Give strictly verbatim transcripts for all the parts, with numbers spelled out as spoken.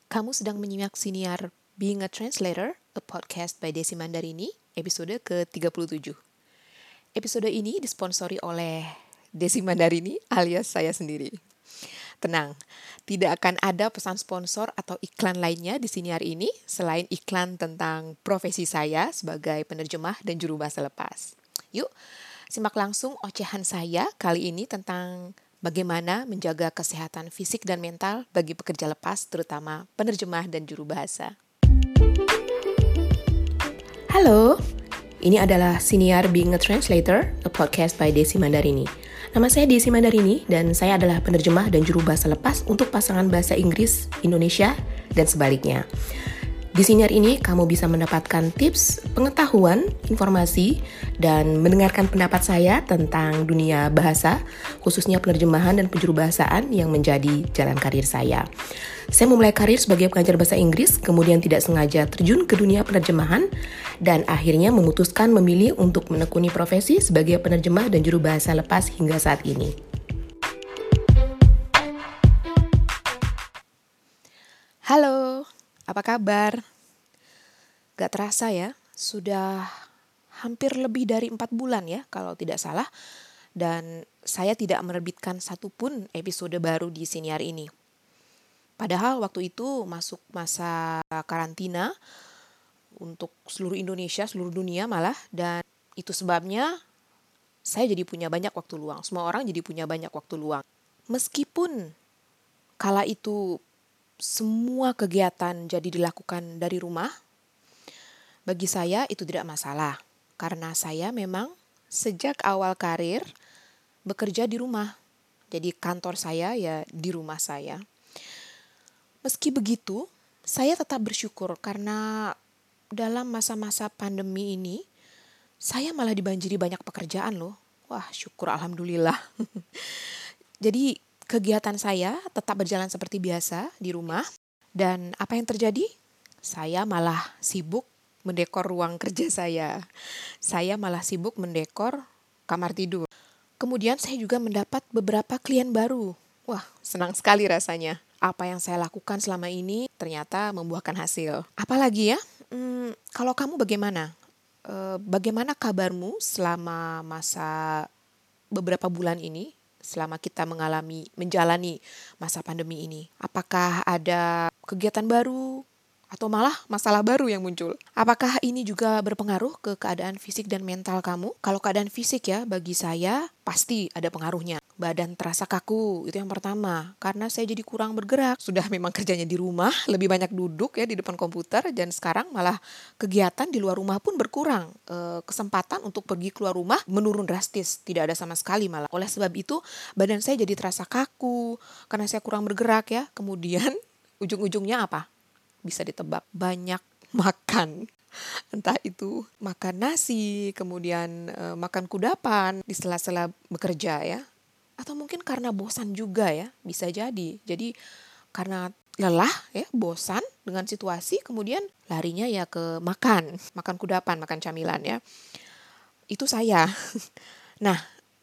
Kamu sedang menyimak siniar Being a Translator, a podcast by Desi Mandarini, episode ke tiga puluh tujuh. Episode ini disponsori oleh Desi Mandarini alias saya sendiri. Tenang, tidak akan ada pesan sponsor atau iklan lainnya di siniar ini selain iklan tentang profesi saya sebagai penerjemah dan juru bahasa lepas. Yuk, simak langsung ocehan saya kali ini tentang bagaimana menjaga kesehatan fisik dan mental bagi pekerja lepas, terutama penerjemah dan juru bahasa. Halo, ini adalah Siniar Being a Translator, a podcast by Desi Mandarini. Nama saya Desi Mandarini dan saya adalah penerjemah dan juru bahasa lepas untuk pasangan bahasa Inggris, Indonesia, dan sebaliknya. Di Siniar ini kamu bisa mendapatkan tips, pengetahuan, informasi, dan mendengarkan pendapat saya tentang dunia bahasa, khususnya penerjemahan dan penjurubahasaan yang menjadi jalan karir saya. Saya memulai karir sebagai pengajar bahasa Inggris, kemudian tidak sengaja terjun ke dunia penerjemahan, dan akhirnya memutuskan memilih untuk menekuni profesi sebagai penerjemah dan juru bahasa lepas hingga saat ini. Halo, apa kabar? Gak terasa ya, sudah hampir lebih dari empat bulan ya kalau tidak salah. Dan saya tidak menerbitkan satupun episode baru di Siniar ini. Padahal waktu itu masuk masa karantina untuk seluruh Indonesia, seluruh dunia malah. Dan itu sebabnya saya jadi punya banyak waktu luang. Semua orang jadi punya banyak waktu luang. Meskipun kala itu semua kegiatan jadi dilakukan dari rumah, bagi saya itu tidak masalah. Karena saya memang sejak awal karir bekerja di rumah. Jadi kantor saya ya di rumah saya. Meski begitu, saya tetap bersyukur karena dalam masa-masa pandemi ini, saya malah dibanjiri banyak pekerjaan loh. Wah, syukur alhamdulillah. Jadi kegiatan saya tetap berjalan seperti biasa di rumah. Dan apa yang terjadi? Saya malah sibuk mendekor ruang kerja saya. Saya malah sibuk mendekor kamar tidur. Kemudian saya juga mendapat beberapa klien baru. Wah, senang sekali rasanya. Apa yang saya lakukan selama ini ternyata membuahkan hasil. Apalagi ya, hmm, kalau kamu bagaimana? E, bagaimana kabarmu selama masa beberapa bulan ini? Selama kita mengalami, menjalani masa pandemi ini. Apakah ada kegiatan baru atau malah masalah baru yang muncul? Apakah ini juga berpengaruh ke keadaan fisik dan mental kamu? Kalau keadaan fisik ya, bagi saya pasti ada pengaruhnya. Badan terasa kaku, itu yang pertama. Karena saya jadi kurang bergerak. Sudah memang kerjanya di rumah, lebih banyak duduk ya di depan komputer. Dan sekarang malah kegiatan di luar rumah pun berkurang. E, kesempatan untuk pergi keluar rumah menurun drastis. Tidak ada sama sekali malah. Oleh sebab itu, badan saya jadi terasa kaku. Karena saya kurang bergerak ya. Kemudian ujung-ujungnya apa? Bisa ditebak, banyak makan. Entah itu makan nasi, kemudian e, makan kudapan di sela-sela bekerja ya. Atau mungkin karena bosan juga ya, bisa jadi. Jadi karena lelah ya, bosan dengan situasi, kemudian larinya ya ke makan, makan kudapan, makan camilan ya. Itu saya. Nah,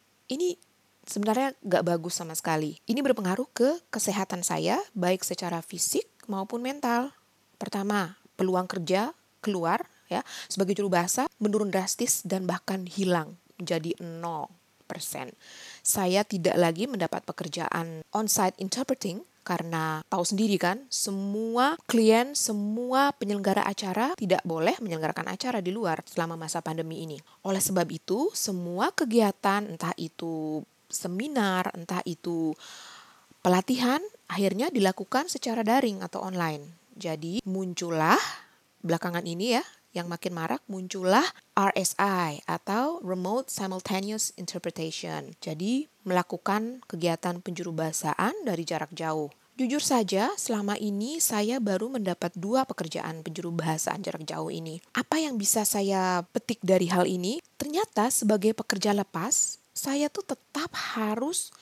ini sebenarnya gak bagus sama sekali. Ini berpengaruh ke kesehatan saya, baik secara fisik maupun mental. Pertama, peluang kerja keluar ya sebagai juru bahasa menurun drastis dan bahkan hilang menjadi nol persen. Saya tidak lagi mendapat pekerjaan on-site interpreting karena tahu sendiri kan, semua klien, semua penyelenggara acara tidak boleh menyelenggarakan acara di luar selama masa pandemi ini. Oleh sebab itu, semua kegiatan, entah itu seminar, entah itu pelatihan, akhirnya dilakukan secara daring atau online. Jadi muncullah belakangan ini ya, yang makin marak muncullah R S I atau Remote Simultaneous Interpretation. Jadi melakukan kegiatan penjurubahasaan dari jarak jauh. Jujur saja, selama ini saya baru mendapat dua pekerjaan penjurubahasaan jarak jauh ini. Apa yang bisa saya petik dari hal ini? Ternyata sebagai pekerja lepas, saya tuh tetap harus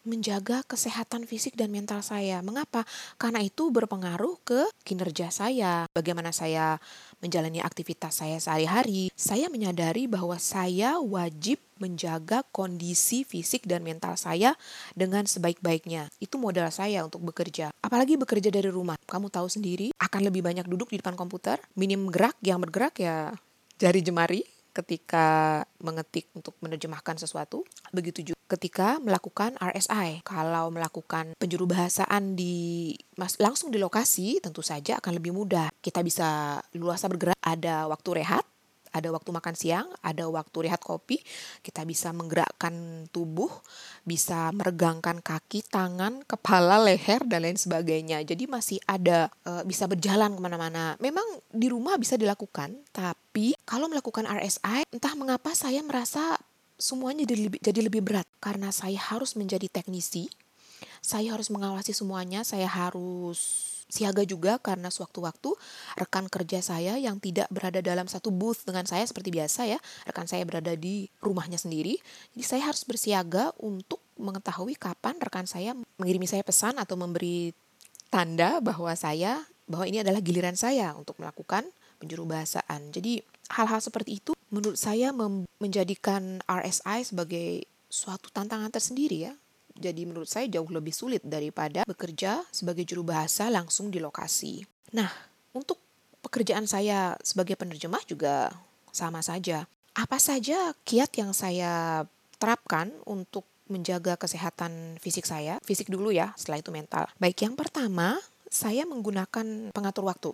menjaga kesehatan fisik dan mental saya. Mengapa? Karena itu berpengaruh ke kinerja saya, bagaimana saya menjalani aktivitas saya sehari-hari. Saya menyadari bahwa saya wajib menjaga kondisi fisik dan mental saya dengan sebaik-baiknya. Itu modal saya untuk bekerja. Apalagi bekerja dari rumah. Kamu tahu sendiri, akan lebih banyak duduk di depan komputer, minim gerak, yang bergerak ya jari jemari ketika mengetik untuk menerjemahkan sesuatu. Begitu juga ketika melakukan R S I. Kalau melakukan penjuru bahasaan di mas, langsung di lokasi, tentu saja akan lebih mudah. Kita bisa luasa bergerak, ada waktu rehat, ada waktu makan siang, ada waktu rehat kopi. Kita bisa menggerakkan tubuh, bisa meregangkan kaki, tangan, kepala, leher, dan lain sebagainya. Jadi masih ada, e, bisa berjalan kemana-mana. Memang di rumah bisa dilakukan, tapi kalau melakukan R S I, entah mengapa saya merasa semuanya jadi lebih, jadi lebih berat. Karena saya harus menjadi teknisi, saya harus mengawasi semuanya, saya harus siaga juga karena sewaktu-waktu rekan kerja saya yang tidak berada dalam satu booth dengan saya seperti biasa ya, rekan saya berada di rumahnya sendiri. Jadi saya harus bersiaga untuk mengetahui kapan rekan saya mengirimi saya pesan atau memberi tanda bahwa saya bahwa ini adalah giliran saya untuk melakukan penjuru bahasaan. Jadi hal-hal seperti itu menurut saya mem- menjadikan R S I sebagai suatu tantangan tersendiri ya. Jadi menurut saya jauh lebih sulit daripada bekerja sebagai juru bahasa langsung di lokasi. Nah, untuk pekerjaan saya sebagai penerjemah juga sama saja. Apa saja kiat yang saya terapkan untuk menjaga kesehatan fisik saya? Fisik dulu ya, setelah itu mental. Baik, yang pertama, saya menggunakan pengatur waktu.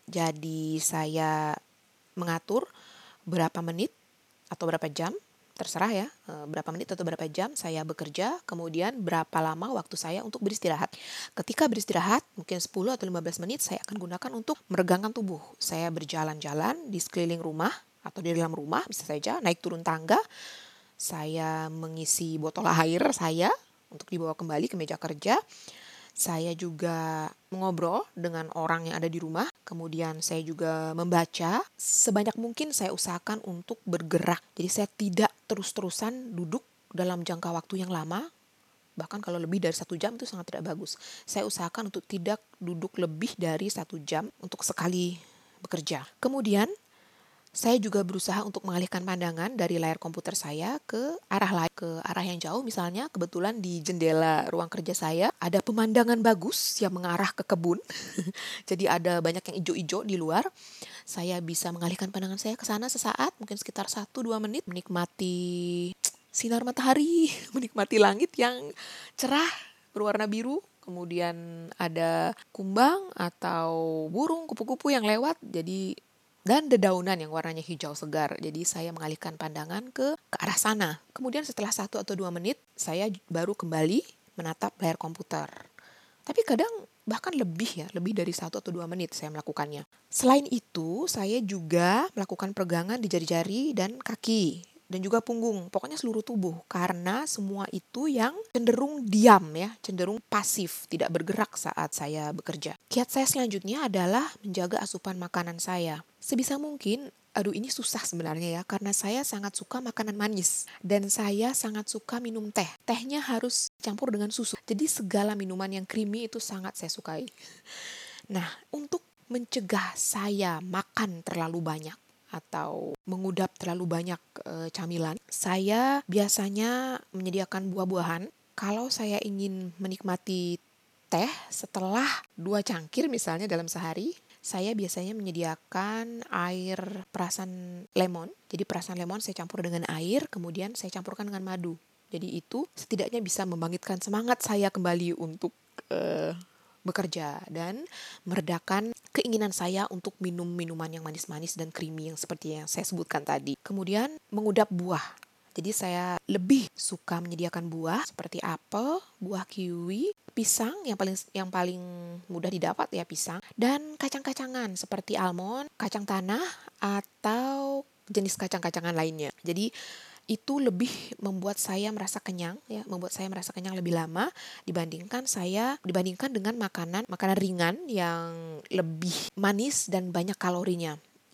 Jadi saya mengatur berapa menit atau berapa jam, terserah ya, berapa menit atau berapa jam saya bekerja, kemudian berapa lama waktu saya untuk beristirahat. Ketika beristirahat, mungkin sepuluh atau lima belas menit saya akan gunakan untuk meregangkan tubuh. Saya berjalan-jalan di sekeliling rumah atau di dalam rumah, bisa saja naik turun tangga. Saya mengisi botol air saya untuk dibawa kembali ke meja kerja. Saya juga mengobrol dengan orang yang ada di rumah. Kemudian saya juga membaca. Sebanyak mungkin saya usahakan untuk bergerak. Jadi saya tidak terus-terusan duduk dalam jangka waktu yang lama. Bahkan kalau lebih dari satu jam itu sangat tidak bagus. Saya usahakan untuk tidak duduk lebih dari satu jam untuk sekali bekerja. Kemudian saya juga berusaha untuk mengalihkan pandangan dari layar komputer saya ke arah lain, ke arah yang jauh. Misalnya kebetulan di jendela ruang kerja saya ada pemandangan bagus yang mengarah ke kebun. Jadi ada banyak yang hijau-hijau di luar. Saya bisa mengalihkan pandangan saya ke sana sesaat, mungkin sekitar satu sampai dua menit, menikmati sinar matahari, menikmati langit yang cerah berwarna biru. Kemudian ada kumbang atau burung kupu-kupu yang lewat. Jadi dan dedaunan yang warnanya hijau segar. Jadi saya mengalihkan pandangan ke ke arah sana. Kemudian setelah satu atau dua menit, saya baru kembali menatap layar komputer. Tapi kadang bahkan lebih ya, lebih dari satu atau dua menit saya melakukannya. Selain itu, saya juga melakukan peregangan di jari-jari dan kaki. Dan juga punggung, pokoknya seluruh tubuh. Karena semua itu yang cenderung diam ya, cenderung pasif, tidak bergerak saat saya bekerja. Kiat saya selanjutnya adalah menjaga asupan makanan saya. Sebisa mungkin, aduh ini susah sebenarnya ya, karena saya sangat suka makanan manis. Dan saya sangat suka minum teh. Tehnya harus campur dengan susu. Jadi segala minuman yang creamy itu sangat saya sukai. Nah, untuk mencegah saya makan terlalu banyak atau mengudap terlalu banyak e, camilan, saya biasanya menyediakan buah-buahan. Kalau saya ingin menikmati teh setelah dua cangkir misalnya dalam sehari, saya biasanya menyediakan air perasan lemon. Jadi perasan lemon saya campur dengan air, kemudian saya campurkan dengan madu. Jadi itu setidaknya bisa membangkitkan semangat saya kembali untuk e, bekerja dan meredakan keinginan saya untuk minum minuman yang manis-manis dan creamy yang seperti yang saya sebutkan tadi. Kemudian mengudap buah. Jadi saya lebih suka menyediakan buah seperti apel, buah kiwi, pisang yang paling yang paling mudah didapat ya pisang, dan kacang-kacangan seperti almond, kacang tanah atau jenis kacang-kacangan lainnya. Jadi itu lebih membuat saya merasa kenyang ya, membuat saya merasa kenyang lebih lama dibandingkan saya dibandingkan dengan makanan makanan ringan yang lebih manis dan banyak kalorinya.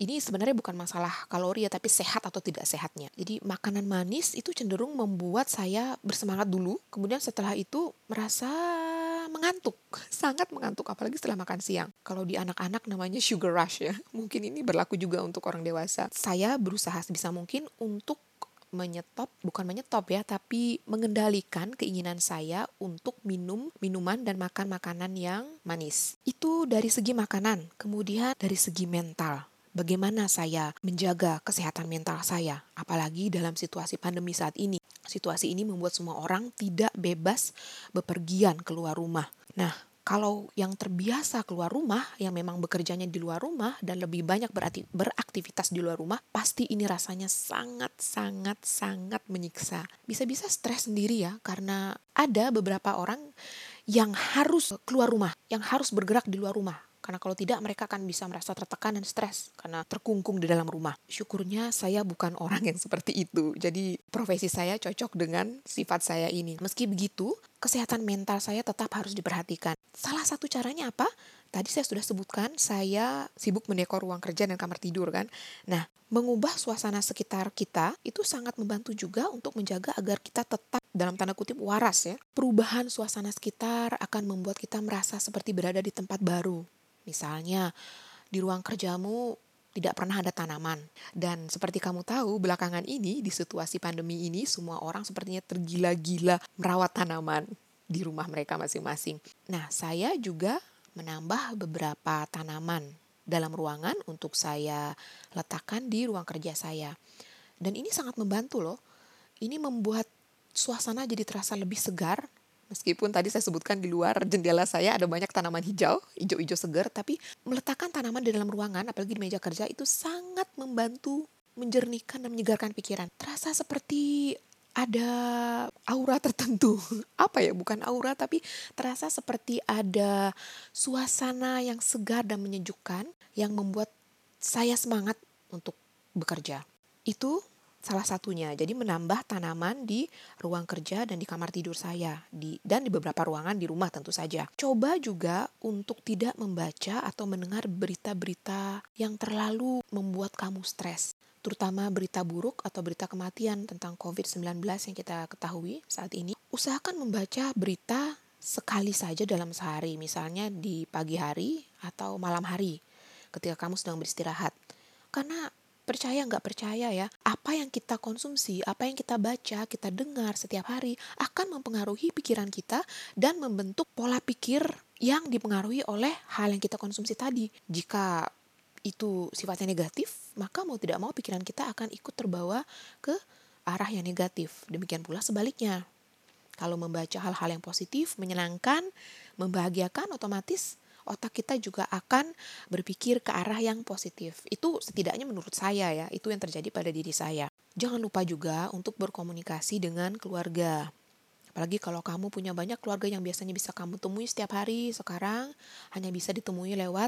Ini sebenarnya bukan masalah kalori ya, tapi sehat atau tidak sehatnya. Jadi makanan manis itu cenderung membuat saya bersemangat dulu, kemudian setelah itu merasa mengantuk, sangat mengantuk, apalagi setelah makan siang. Kalau di anak-anak namanya sugar rush ya, mungkin ini berlaku juga untuk orang dewasa. Saya berusaha sebisa mungkin untuk menyetop, bukan menyetop ya, tapi mengendalikan keinginan saya untuk minum minuman dan makan makanan yang manis. Itu dari segi makanan, kemudian dari segi mental. Bagaimana saya menjaga kesehatan mental saya, apalagi dalam situasi pandemi saat ini. Situasi ini membuat semua orang tidak bebas bepergian keluar rumah. Nah, kalau yang terbiasa keluar rumah, yang memang bekerjanya di luar rumah dan lebih banyak berarti beraktivitas di luar rumah, pasti ini rasanya sangat, sangat, sangat menyiksa. Bisa-bisa stres sendiri ya, karena ada beberapa orang yang harus keluar rumah, yang harus bergerak di luar rumah. Karena kalau tidak mereka akan bisa merasa tertekan dan stres karena terkungkung di dalam rumah. Syukurnya saya bukan orang yang seperti itu. Jadi profesi saya cocok dengan sifat saya ini. Meski begitu, kesehatan mental saya tetap harus diperhatikan. Salah satu caranya apa? Tadi saya sudah sebutkan, saya sibuk mendekor ruang kerja dan kamar tidur kan. Nah, mengubah suasana sekitar kita itu sangat membantu juga untuk menjaga agar kita tetap dalam tanda kutip waras ya. Perubahan suasana sekitar akan membuat kita merasa seperti berada di tempat baru. Misalnya, di ruang kerjamu tidak pernah ada tanaman. Dan seperti kamu tahu, belakangan ini, di situasi pandemi ini, semua orang sepertinya tergila-gila merawat tanaman di rumah mereka masing-masing. Nah, saya juga menambah beberapa tanaman dalam ruangan untuk saya letakkan di ruang kerja saya. Dan ini sangat membantu loh. Ini membuat suasana jadi terasa lebih segar. Meskipun tadi saya sebutkan di luar jendela saya ada banyak tanaman hijau, hijau-hijau segar, tapi meletakkan tanaman di dalam ruangan, apalagi di meja kerja, itu sangat membantu menjernihkan dan menyegarkan pikiran. Terasa seperti ada aura tertentu. Apa ya, bukan aura, tapi terasa seperti ada suasana yang segar dan menyejukkan yang membuat saya semangat untuk bekerja. Itu salah satunya, jadi menambah tanaman di ruang kerja dan di kamar tidur saya, di, dan di beberapa ruangan di rumah tentu saja. Coba juga untuk tidak membaca atau mendengar berita-berita yang terlalu membuat kamu stres, terutama berita buruk atau berita kematian tentang covid sembilan belas yang kita ketahui saat ini. Usahakan membaca berita sekali saja dalam sehari, misalnya di pagi hari atau malam hari ketika kamu sedang beristirahat. Karena percaya nggak percaya ya, apa yang kita konsumsi, apa yang kita baca, kita dengar setiap hari akan mempengaruhi pikiran kita dan membentuk pola pikir yang dipengaruhi oleh hal yang kita konsumsi tadi. Jika itu sifatnya negatif, maka mau tidak mau pikiran kita akan ikut terbawa ke arah yang negatif. Demikian pula sebaliknya. Kalau membaca hal-hal yang positif, menyenangkan, membahagiakan, otomatis otak kita juga akan berpikir ke arah yang positif. Itu setidaknya menurut saya ya, itu yang terjadi pada diri saya. Jangan lupa juga untuk berkomunikasi dengan keluarga. Apalagi kalau kamu punya banyak keluarga yang biasanya bisa kamu temui setiap hari, sekarang hanya bisa ditemui lewat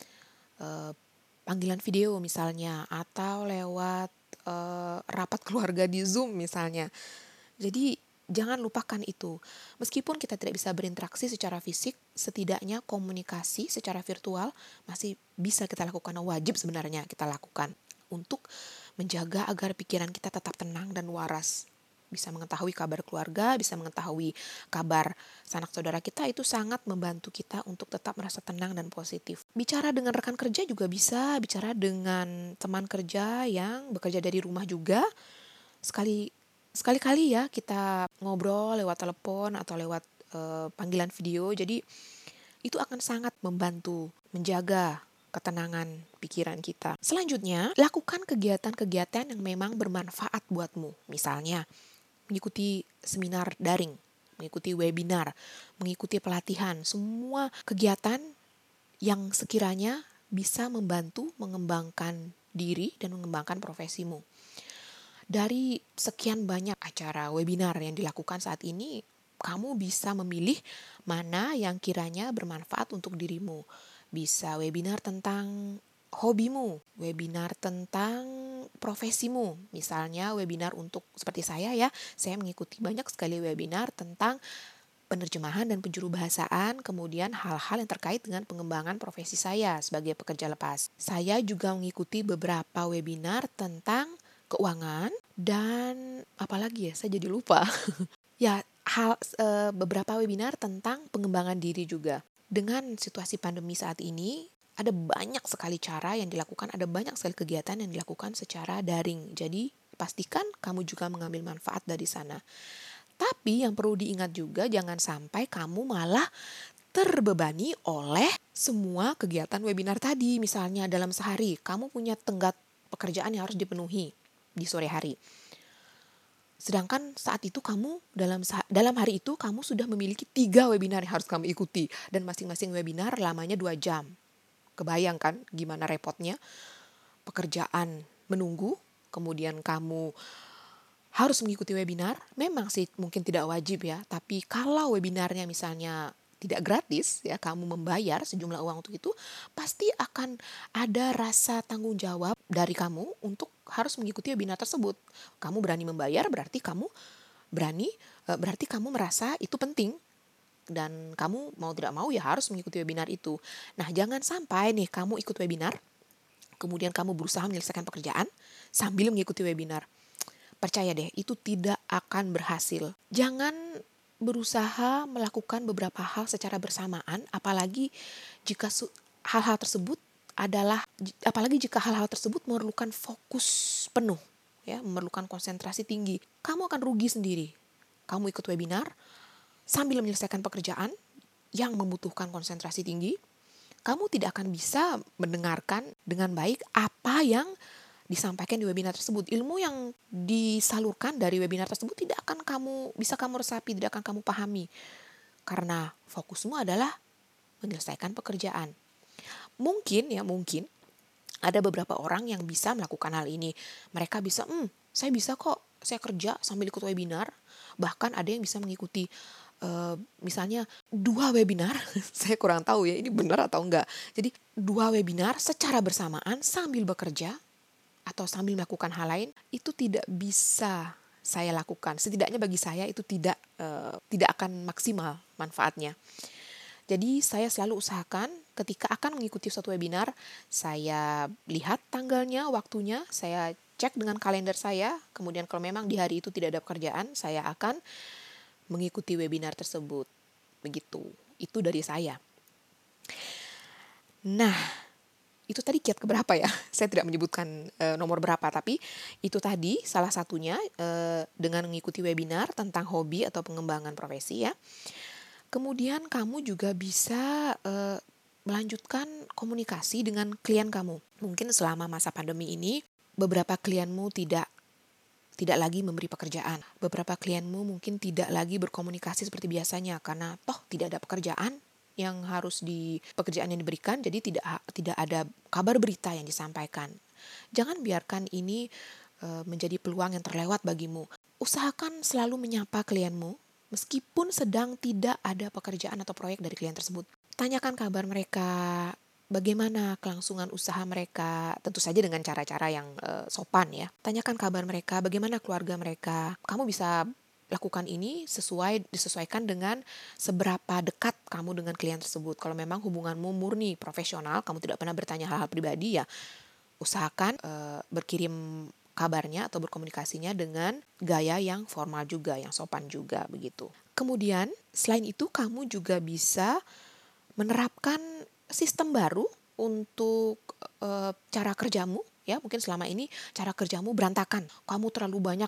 uh, panggilan video misalnya, atau lewat uh, rapat keluarga di Zoom misalnya. Jadi jangan lupakan itu. Meskipun kita tidak bisa berinteraksi secara fisik, setidaknya komunikasi secara virtual masih bisa kita lakukan, wajib sebenarnya kita lakukan untuk menjaga agar pikiran kita tetap tenang dan waras. Bisa mengetahui kabar keluarga, bisa mengetahui kabar sanak saudara kita, itu sangat membantu kita untuk tetap merasa tenang dan positif. Bicara dengan rekan kerja juga bisa, bicara dengan teman kerja yang bekerja dari rumah juga. Sekali Sekali-kali ya kita ngobrol lewat telepon atau lewat e, panggilan video. Jadi itu akan sangat membantu menjaga ketenangan pikiran kita. Selanjutnya, lakukan kegiatan-kegiatan yang memang bermanfaat buatmu. Misalnya, mengikuti seminar daring, mengikuti webinar, mengikuti pelatihan. Semua kegiatan yang sekiranya bisa membantu mengembangkan diri dan mengembangkan profesimu. Dari sekian banyak acara webinar yang dilakukan saat ini, kamu bisa memilih mana yang kiranya bermanfaat untuk dirimu. Bisa webinar tentang hobimu, webinar tentang profesimu. Misalnya webinar untuk seperti saya ya, saya mengikuti banyak sekali webinar tentang penerjemahan dan penjuru bahasaan, kemudian hal-hal yang terkait dengan pengembangan profesi saya sebagai pekerja lepas. Saya juga mengikuti beberapa webinar tentang keuangan dan apalagi ya, saya jadi lupa. Ya, hal e, beberapa webinar tentang pengembangan diri juga. Dengan situasi pandemi saat ini, ada banyak sekali cara yang dilakukan, ada banyak sekali kegiatan yang dilakukan secara daring. Jadi, pastikan kamu juga mengambil manfaat dari sana. Tapi yang perlu diingat juga, jangan sampai kamu malah terbebani oleh semua kegiatan webinar tadi. Misalnya dalam sehari, kamu punya tenggat pekerjaan yang harus dipenuhi di sore hari. Sedangkan saat itu kamu dalam dalam hari itu kamu sudah memiliki tiga webinar yang harus kamu ikuti. Dan masing-masing webinar lamanya dua jam. Kebayang kan gimana repotnya? Pekerjaan menunggu, kemudian kamu harus mengikuti webinar. Memang sih mungkin tidak wajib ya, tapi kalau webinarnya misalnya tidak gratis ya, kamu membayar sejumlah uang untuk itu, pasti akan ada rasa tanggung jawab dari kamu untuk harus mengikuti webinar tersebut. Kamu berani membayar, berarti kamu berani, berarti kamu merasa itu penting. Dan kamu mau tidak mau ya harus mengikuti webinar itu. Nah, jangan sampai nih kamu ikut webinar, kemudian kamu berusaha menyelesaikan pekerjaan sambil mengikuti webinar. Percaya deh, itu tidak akan berhasil. Jangan berusaha melakukan beberapa hal secara bersamaan, apalagi jika hal-hal tersebut adalah, apalagi jika hal-hal tersebut memerlukan fokus penuh, ya, memerlukan konsentrasi tinggi. Kamu akan rugi sendiri. Kamu ikut webinar sambil menyelesaikan pekerjaan yang membutuhkan konsentrasi tinggi, kamu tidak akan bisa mendengarkan dengan baik apa yang disampaikan di webinar tersebut. Ilmu yang disalurkan dari webinar tersebut tidak akan kamu bisa kamu resapi, tidak akan kamu pahami. Karena fokusmu adalah menyelesaikan pekerjaan. Mungkin ya, mungkin ada beberapa orang yang bisa melakukan hal ini. Mereka bisa, hmm, saya bisa kok, saya kerja sambil ikut webinar. Bahkan ada yang bisa mengikuti Uh, misalnya dua webinar, saya kurang tahu ya ini benar atau enggak. Jadi dua webinar secara bersamaan sambil bekerja atau sambil melakukan hal lain, itu tidak bisa saya lakukan. Setidaknya bagi saya itu tidak uh, tidak akan maksimal manfaatnya. Jadi saya selalu usahakan ketika akan mengikuti suatu webinar, saya lihat tanggalnya, waktunya, saya cek dengan kalender saya. Kemudian kalau memang di hari itu tidak ada pekerjaan, saya akan mengikuti webinar tersebut. Begitu. Itu dari saya. Nah, itu tadi kiat keberapa ya? Saya tidak menyebutkan e, nomor berapa, tapi itu tadi salah satunya e, dengan mengikuti webinar tentang hobi atau pengembangan profesi ya. Kemudian kamu juga bisa e, melanjutkan komunikasi dengan klien kamu. Mungkin selama masa pandemi ini beberapa klienmu tidak tidak lagi memberi pekerjaan. Beberapa klienmu mungkin tidak lagi berkomunikasi seperti biasanya karena toh tidak ada pekerjaan yang harus di pekerjaan yang diberikan, jadi tidak tidak ada kabar berita yang disampaikan. Jangan biarkan ini e, menjadi peluang yang terlewat bagimu. Usahakan selalu menyapa klienmu meskipun sedang tidak ada pekerjaan atau proyek dari klien tersebut. Tanyakan kabar mereka, bagaimana kelangsungan usaha mereka, tentu saja dengan cara-cara yang e, sopan ya. Tanyakan kabar mereka, bagaimana keluarga mereka. Kamu bisa lakukan ini sesuai disesuaikan dengan seberapa dekat kamu dengan klien tersebut. Kalau memang hubunganmu murni profesional, kamu tidak pernah bertanya hal-hal pribadi ya, usahakan e, berkirim kabarnya atau berkomunikasinya dengan gaya yang formal juga, yang sopan juga begitu. Kemudian selain itu kamu juga bisa menerapkan sistem baru untuk e, cara kerjamu ya. Mungkin selama ini cara kerjamu berantakan, kamu terlalu banyak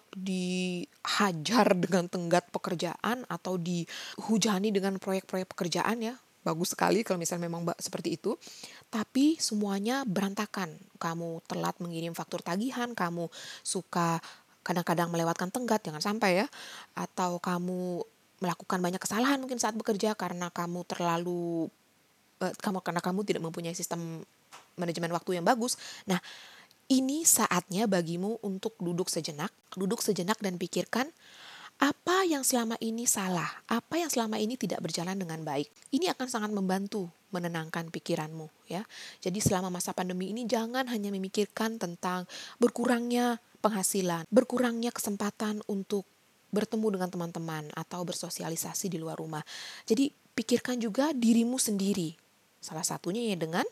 dihajar dengan tenggat pekerjaan atau dihujani dengan proyek-proyek pekerjaan ya. Bagus sekali kalau misalnya memang seperti itu, tapi semuanya berantakan. Kamu telat mengirim faktur tagihan, kamu suka kadang-kadang melewatkan tenggat, jangan sampai ya. Atau kamu melakukan banyak kesalahan mungkin saat bekerja karena kamu terlalu kamu karena kamu tidak mempunyai sistem manajemen waktu yang bagus. Nah, ini saatnya bagimu untuk duduk sejenak, duduk sejenak dan pikirkan apa yang selama ini salah, apa yang selama ini tidak berjalan dengan baik. Ini akan sangat membantu menenangkan pikiranmu ya. Jadi selama masa pandemi ini jangan hanya memikirkan tentang berkurangnya penghasilan, berkurangnya kesempatan untuk bertemu dengan teman-teman atau bersosialisasi di luar rumah. Jadi pikirkan juga dirimu sendiri. Salah satunya ya dengan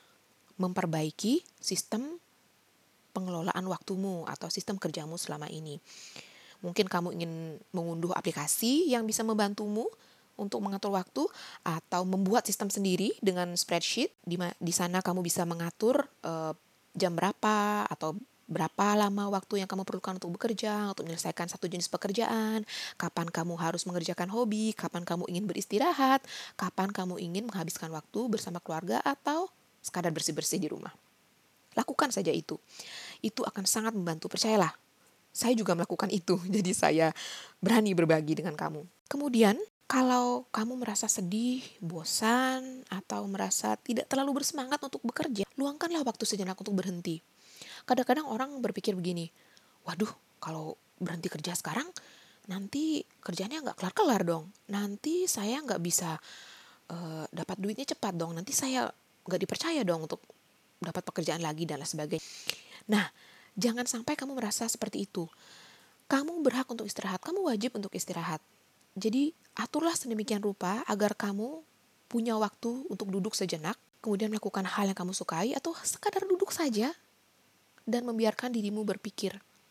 memperbaiki sistem pengelolaan waktumu atau sistem kerjamu selama ini. Mungkin kamu ingin mengunduh aplikasi yang bisa membantumu untuk mengatur waktu, atau membuat sistem sendiri dengan spreadsheet. Di, di sana kamu bisa mengatur uh, jam berapa atau berapa lama waktu yang kamu perlukan untuk bekerja, untuk menyelesaikan satu jenis pekerjaan, kapan kamu harus mengerjakan hobi, kapan kamu ingin beristirahat, kapan kamu ingin menghabiskan waktu bersama keluarga atau sekadar bersih-bersih di rumah. Lakukan saja itu. Itu akan sangat membantu, percayalah. Saya juga melakukan itu, jadi saya berani berbagi dengan kamu. Kemudian, kalau kamu merasa sedih, bosan, atau merasa tidak terlalu bersemangat untuk bekerja, luangkanlah waktu sejenak untuk berhenti. Kadang-kadang orang berpikir begini, waduh, kalau berhenti kerja sekarang, nanti kerjanya nggak kelar-kelar dong. Nanti saya nggak bisa uh, dapat duitnya cepat dong. Nanti saya nggak dipercaya dong untuk dapat pekerjaan lagi dan lain sebagainya. Nah, jangan sampai kamu merasa seperti itu. Kamu berhak untuk istirahat, kamu wajib untuk istirahat. Jadi aturlah sedemikian rupa agar kamu punya waktu untuk duduk sejenak, kemudian melakukan hal yang kamu sukai atau sekadar duduk saja dan membiarkan dirimu berpikir.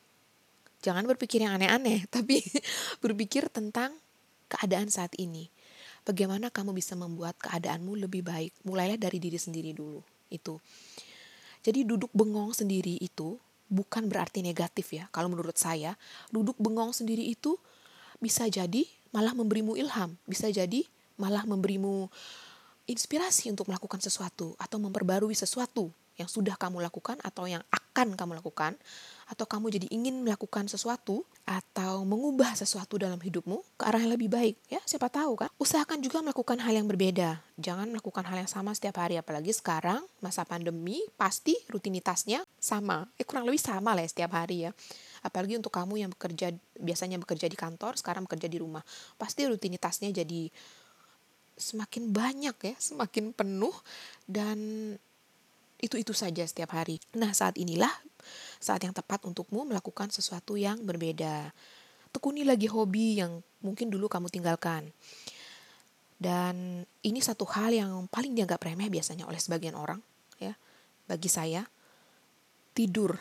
Jangan berpikir yang aneh-aneh, tapi berpikir tentang keadaan saat ini. Bagaimana kamu bisa membuat keadaanmu lebih baik? Mulailah dari diri sendiri dulu. Itu. Jadi duduk bengong sendiri itu bukan berarti negatif ya. Kalau menurut saya, duduk bengong sendiri itu bisa jadi malah memberimu ilham. Bisa jadi malah memberimu inspirasi untuk melakukan sesuatu atau memperbarui sesuatu yang sudah kamu lakukan atau yang akan kamu lakukan, atau kamu jadi ingin melakukan sesuatu atau mengubah sesuatu dalam hidupmu ke arah yang lebih baik. Ya, siapa tahu kan? Usahakan juga melakukan hal yang berbeda. Jangan melakukan hal yang sama setiap hari, apalagi sekarang masa pandemi, pasti rutinitasnya sama. Eh kurang lebih sama lah ya setiap hari ya. Apalagi untuk kamu yang bekerja biasanya bekerja di kantor, sekarang bekerja di rumah. Pasti rutinitasnya jadi semakin banyak ya, semakin penuh dan itu-itu saja setiap hari. Nah, saat inilah saat yang tepat untukmu melakukan sesuatu yang berbeda. Tekuni lagi hobi yang mungkin dulu kamu tinggalkan. Dan ini satu hal yang paling dianggap remeh biasanya oleh sebagian orang, ya. Bagi saya, tidur.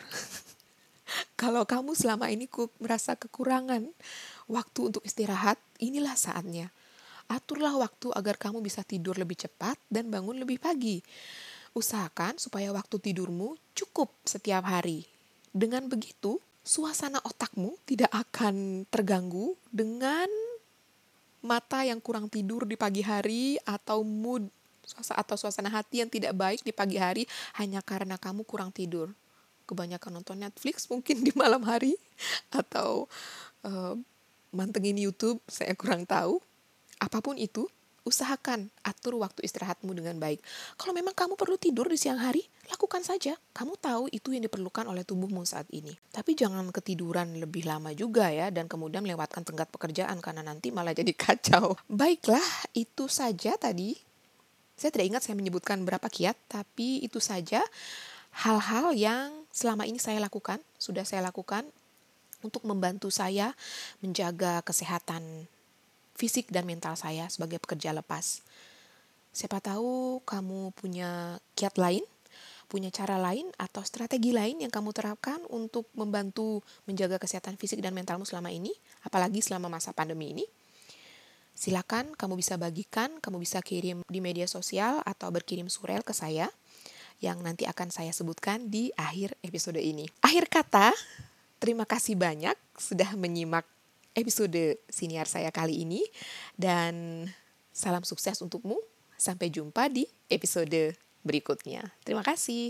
Kalau kamu selama ini merasa kekurangan waktu untuk istirahat, inilah saatnya. Aturlah waktu agar kamu bisa tidur lebih cepat dan bangun lebih pagi. Usahakan supaya waktu tidurmu cukup setiap hari. Dengan begitu, suasana otakmu tidak akan terganggu dengan mata yang kurang tidur di pagi hari atau mood atau suasana hati yang tidak baik di pagi hari hanya karena kamu kurang tidur. Kebanyakan nonton Netflix mungkin di malam hari atau uh, mantengin YouTube, saya kurang tahu. Apapun itu, usahakan atur waktu istirahatmu dengan baik. Kalau memang kamu perlu tidur di siang hari, lakukan saja. Kamu tahu itu yang diperlukan oleh tubuhmu saat ini. Tapi jangan ketiduran lebih lama juga ya, dan kemudian melewatkan tenggat pekerjaan karena nanti malah jadi kacau. Baiklah, itu saja tadi. Saya tidak ingat saya menyebutkan berapa kiat, tapi itu saja hal-hal yang selama ini saya lakukan, sudah saya lakukan untuk membantu saya menjaga kesehatan fisik dan mental saya sebagai pekerja lepas. Siapa tahu kamu punya kiat lain, punya cara lain atau strategi lain yang kamu terapkan untuk membantu menjaga kesehatan fisik dan mentalmu selama ini, apalagi selama masa pandemi ini. Silakan kamu bisa bagikan, kamu bisa kirim di media sosial atau berkirim surel ke saya yang nanti akan saya sebutkan di akhir episode ini. Akhir kata, terima kasih banyak sudah menyimak episode siniar saya kali ini dan salam sukses untukmu. Sampai jumpa di episode berikutnya. Terima kasih.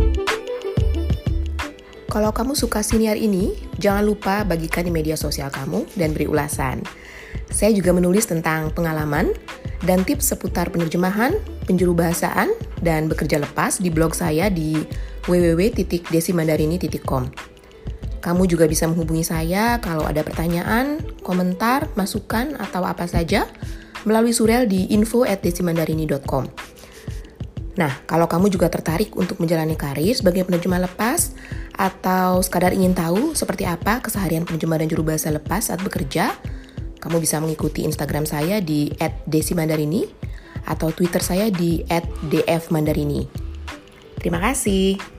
Kalau kamu suka siniar ini, jangan lupa bagikan di media sosial kamu dan beri ulasan. Saya juga menulis tentang pengalaman dan tips seputar penerjemahan, penjurubahasaan, dan bekerja lepas di blog saya di w w w titik desi mandarini titik com. Kamu juga bisa menghubungi saya kalau ada pertanyaan, komentar, masukan, atau apa saja melalui surel di info at desi mandarini dot com. Nah, kalau kamu juga tertarik untuk menjalani karir sebagai penerjemah lepas atau sekadar ingin tahu seperti apa keseharian penerjemah dan juru bahasa lepas saat bekerja, kamu bisa mengikuti Instagram saya di et desimandarini atau Twitter saya di et dfmandarini. Terima kasih.